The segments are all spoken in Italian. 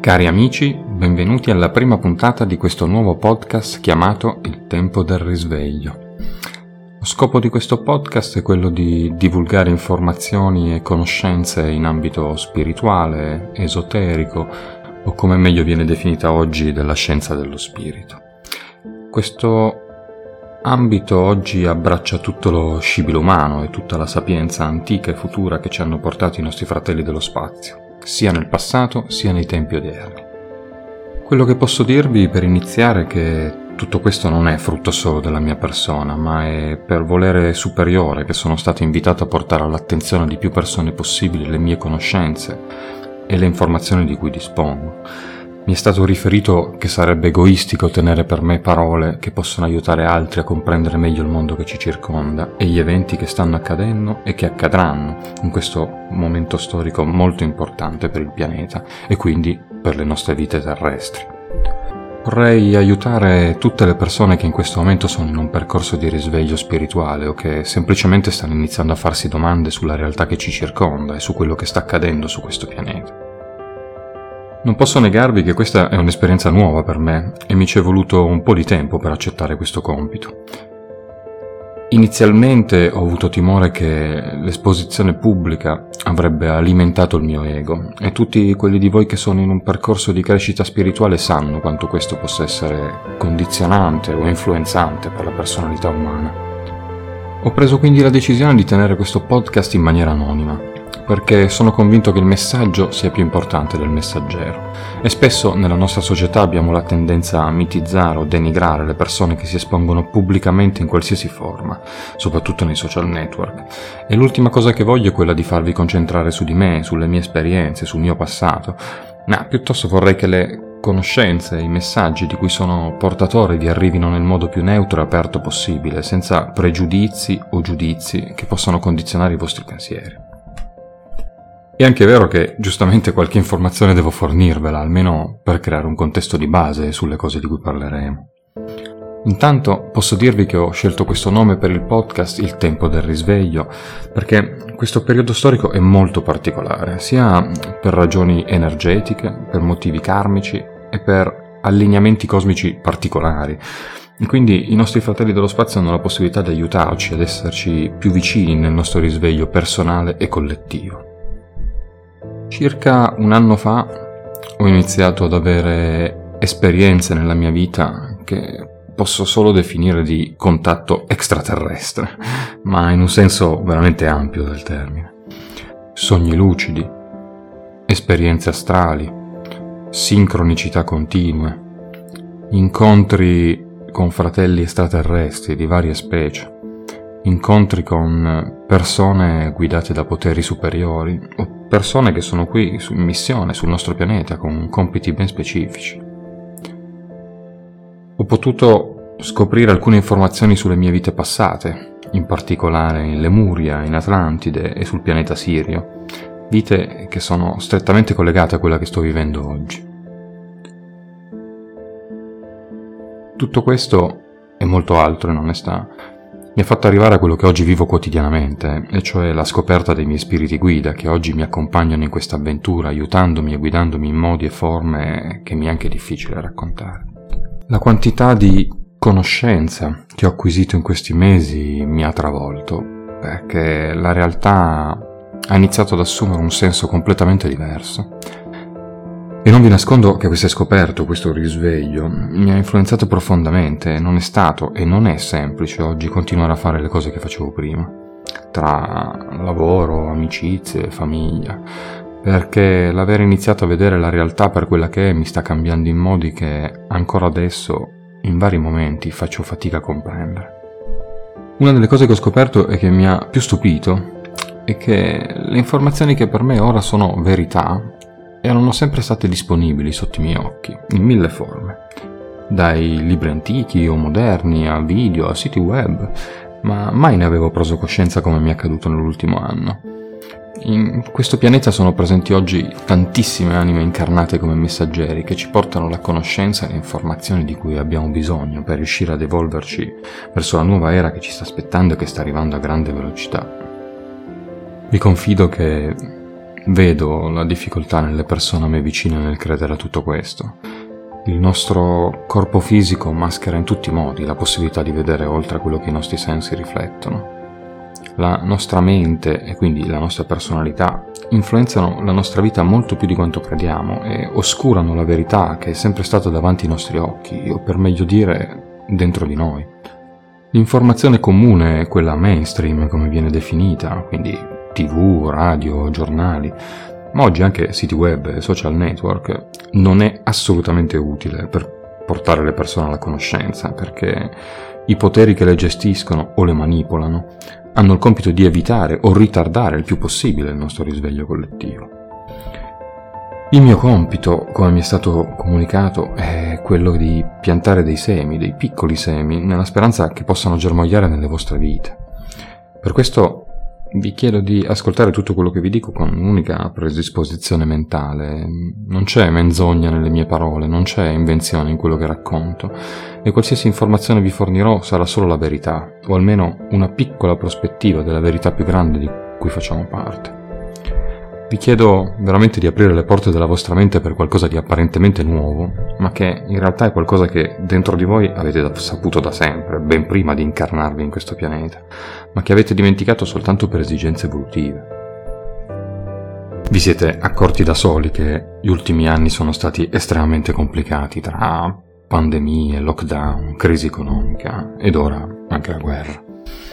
Cari amici, benvenuti alla prima puntata di questo nuovo podcast chiamato Il tempo del risveglio. Lo scopo di questo podcast è quello di divulgare informazioni e conoscenze in ambito spirituale, esoterico o come meglio viene definita oggi della scienza dello spirito. Questo ambito oggi abbraccia tutto lo scibile umano e tutta la sapienza antica e futura che ci hanno portato i nostri fratelli dello spazio, sia nel passato sia nei tempi odierni. Quello che posso dirvi per iniziare è che tutto questo non è frutto solo della mia persona, ma è per volere superiore che sono stato invitato a portare all'attenzione di più persone possibili le mie conoscenze e le informazioni di cui dispongo. Mi è stato riferito che sarebbe egoistico tenere per me parole che possono aiutare altri a comprendere meglio il mondo che ci circonda e gli eventi che stanno accadendo e che accadranno in questo momento storico molto importante per il pianeta e quindi per le nostre vite terrestri. Vorrei aiutare tutte le persone che in questo momento sono in un percorso di risveglio spirituale o che semplicemente stanno iniziando a farsi domande sulla realtà che ci circonda e su quello che sta accadendo su questo pianeta. Non posso negarvi che questa è un'esperienza nuova per me e mi ci è voluto un po' di tempo per accettare questo compito. Inizialmente ho avuto timore che l'esposizione pubblica avrebbe alimentato il mio ego e tutti quelli di voi che sono in un percorso di crescita spirituale sanno quanto questo possa essere condizionante o influenzante per la personalità umana. Ho preso quindi la decisione di tenere questo podcast in maniera anonima, perché sono convinto che il messaggio sia più importante del messaggero e spesso nella nostra società abbiamo la tendenza a mitizzare o denigrare le persone che si espongono pubblicamente in qualsiasi forma, soprattutto nei social network, e l'ultima cosa che voglio è quella di farvi concentrare su di me, sulle mie esperienze, sul mio passato, ma piuttosto vorrei che le conoscenze e i messaggi di cui sono portatore vi arrivino nel modo più neutro e aperto possibile, senza pregiudizi o giudizi che possano condizionare i vostri pensieri. È anche vero che giustamente qualche informazione devo fornirvela, almeno per creare un contesto di base sulle cose di cui parleremo. Intanto posso dirvi che ho scelto questo nome per il podcast Il tempo del risveglio, perché questo periodo storico è molto particolare, sia per ragioni energetiche, per motivi karmici e per allineamenti cosmici particolari. E quindi i nostri fratelli dello spazio hanno la possibilità di aiutarci ad esserci più vicini nel nostro risveglio personale e collettivo. Circa un anno fa ho iniziato ad avere esperienze nella mia vita che posso solo definire di contatto extraterrestre, ma in un senso veramente ampio del termine. Sogni lucidi, esperienze astrali, sincronicità continue, incontri con fratelli extraterrestri di varie specie, incontri con persone guidate da poteri superiori o persone che sono qui in missione sul nostro pianeta con compiti ben specifici. Ho potuto scoprire alcune informazioni sulle mie vite passate, in particolare in Lemuria, in Atlantide e sul pianeta Sirio, vite che sono strettamente collegate a quella che sto vivendo oggi. Tutto questo e molto altro, in onestà, mi ha fatto arrivare a quello che oggi vivo quotidianamente, e cioè la scoperta dei miei spiriti guida che oggi mi accompagnano in questa avventura, aiutandomi e guidandomi in modi e forme che mi è anche difficile raccontare. La quantità di conoscenza che ho acquisito in questi mesi mi ha travolto, perché la realtà ha iniziato ad assumere un senso completamente diverso. E non vi nascondo che queste scoperte, questo risveglio, mi ha influenzato profondamente. Non è stato e non è semplice oggi continuare a fare le cose che facevo prima, tra lavoro, amicizie, famiglia, perché l'aver iniziato a vedere la realtà per quella che è mi sta cambiando in modi che ancora adesso, in vari momenti, faccio fatica a comprendere. Una delle cose che ho scoperto e che mi ha più stupito è che le informazioni che per me ora sono verità erano sempre state disponibili sotto i miei occhi, in mille forme, dai libri antichi o moderni a video, a siti web, ma mai ne avevo preso coscienza come mi è accaduto nell'ultimo anno. In questo pianeta sono presenti oggi tantissime anime incarnate come messaggeri che ci portano la conoscenza e le informazioni di cui abbiamo bisogno per riuscire ad evolverci verso la nuova era che ci sta aspettando e che sta arrivando a grande velocità. Vi confido che vedo la difficoltà nelle persone a me vicine nel credere a tutto questo. Il nostro corpo fisico maschera in tutti i modi la possibilità di vedere oltre a quello che i nostri sensi riflettono. La nostra mente e quindi la nostra personalità influenzano la nostra vita molto più di quanto crediamo e oscurano la verità che è sempre stata davanti ai nostri occhi, o per meglio dire, dentro di noi. L'informazione comune è quella mainstream, come viene definita, quindi TV, radio, giornali, ma oggi anche siti web e social network, non è assolutamente utile per portare le persone alla conoscenza, perché i poteri che le gestiscono o le manipolano hanno il compito di evitare o ritardare il più possibile il nostro risveglio collettivo. Il mio compito, come mi è stato comunicato, è quello di piantare dei semi, dei piccoli semi, nella speranza che possano germogliare nelle vostre vite. Per questo vi chiedo di ascoltare tutto quello che vi dico con un'unica predisposizione mentale. Non c'è menzogna nelle mie parole, non c'è invenzione in quello che racconto, e qualsiasi informazione vi fornirò sarà solo la verità, o almeno una piccola prospettiva della verità più grande di cui facciamo parte. Vi chiedo veramente di aprire le porte della vostra mente per qualcosa di apparentemente nuovo, ma che in realtà è qualcosa che dentro di voi avete saputo da sempre, ben prima di incarnarvi in questo pianeta, ma che avete dimenticato soltanto per esigenze evolutive. Vi siete accorti da soli che gli ultimi anni sono stati estremamente complicati tra pandemie, lockdown, crisi economica ed ora anche la guerra.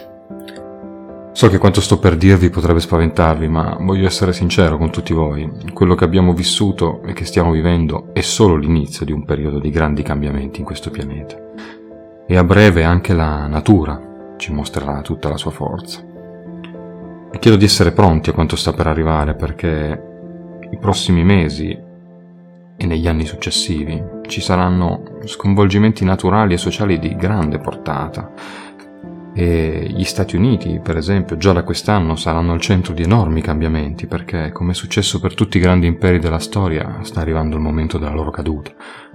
So che quanto sto per dirvi potrebbe spaventarvi, ma voglio essere sincero con tutti voi. Quello che abbiamo vissuto e che stiamo vivendo è solo l'inizio di un periodo di grandi cambiamenti in questo pianeta. E a breve anche la natura ci mostrerà tutta la sua forza. Vi chiedo di essere pronti a quanto sta per arrivare, perché i prossimi mesi e negli anni successivi ci saranno sconvolgimenti naturali e sociali di grande portata. E gli Stati Uniti, per esempio, già da quest'anno saranno al centro di enormi cambiamenti, perché, come è successo per tutti i grandi imperi della storia, sta arrivando il momento della loro caduta.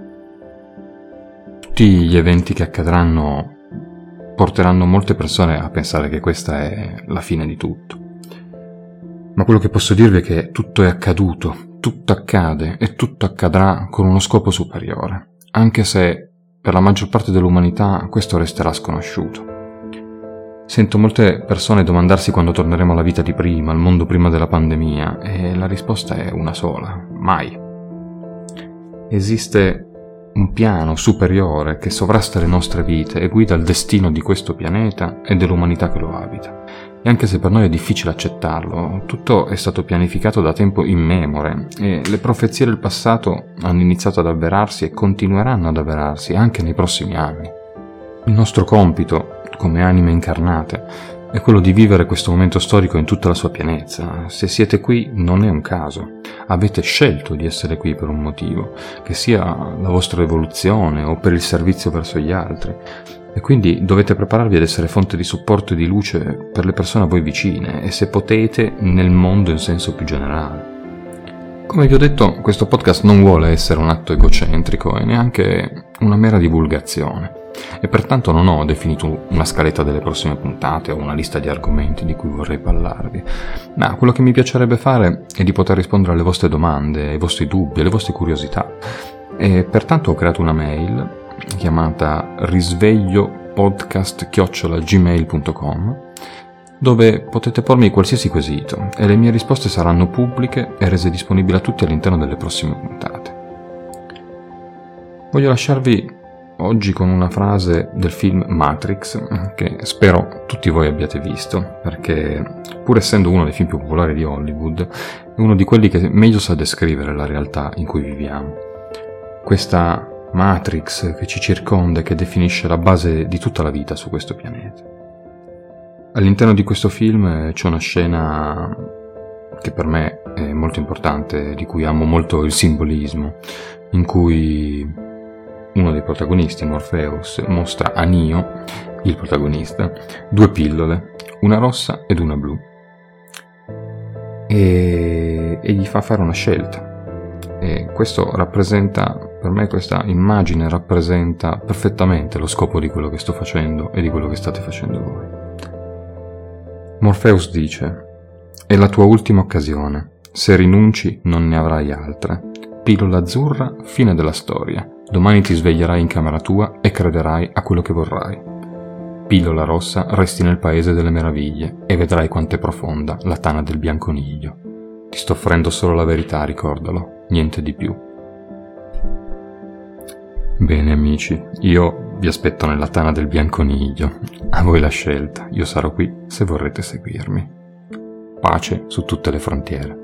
Tutti gli eventi che accadranno porteranno molte persone a pensare che questa è la fine di tutto. Ma quello che posso dirvi è che tutto è accaduto, tutto accade e tutto accadrà con uno scopo superiore, anche se per la maggior parte dell'umanità questo resterà sconosciuto. Sento molte persone domandarsi quando torneremo alla vita di prima, al mondo prima della pandemia, e la risposta è una sola: mai. Esiste un piano superiore che sovrasta le nostre vite e guida il destino di questo pianeta e dell'umanità che lo abita. E anche se per noi è difficile accettarlo, tutto è stato pianificato da tempo immemore e le profezie del passato hanno iniziato ad avverarsi e continueranno ad avverarsi anche nei prossimi anni. Il nostro compito, come anime incarnate, è quello di vivere questo momento storico in tutta la sua pienezza. Se siete qui non è un caso, avete scelto di essere qui per un motivo, che sia la vostra evoluzione o per il servizio verso gli altri, e quindi dovete prepararvi ad essere fonte di supporto e di luce per le persone a voi vicine e, se potete, nel mondo in senso più generale. Come vi ho detto, questo podcast non vuole essere un atto egocentrico e neanche una mera divulgazione, e pertanto non ho definito una scaletta delle prossime puntate o una lista di argomenti di cui vorrei parlarvi, ma quello che mi piacerebbe fare è di poter rispondere alle vostre domande, ai vostri dubbi, alle vostre curiosità, e pertanto ho creato una mail chiamata risvegliopodcast@gmail.com, dove potete pormi qualsiasi quesito e le mie risposte saranno pubbliche e rese disponibili a tutti all'interno delle prossime puntate. Voglio lasciarvi oggi con una frase del film Matrix, che spero tutti voi abbiate visto, perché pur essendo uno dei film più popolari di Hollywood, è uno di quelli che meglio sa descrivere la realtà in cui viviamo. Questa Matrix che ci circonda e che definisce la base di tutta la vita su questo pianeta. All'interno di questo film c'è una scena che per me è molto importante, di cui amo molto il simbolismo, in cui uno dei protagonisti, Morpheus, mostra a Neo, il protagonista, 2 pillole, una rossa ed una blu, e gli fa fare una scelta. E questo rappresenta, per me questa immagine rappresenta perfettamente lo scopo di quello che sto facendo e di quello che state facendo voi. Morpheus dice: è la tua ultima occasione, Se rinunci non ne avrai altre. Pillola azzurra, fine della storia. Domani ti sveglierai in camera tua e crederai a quello che vorrai. Pillola rossa, resti nel paese delle meraviglie e vedrai quanto è profonda la tana del bianconiglio. Ti sto offrendo solo la verità, ricordalo, niente di più. Bene amici, io vi aspetto nella tana del bianconiglio. A voi la scelta, io sarò qui se vorrete seguirmi. Pace su tutte le frontiere.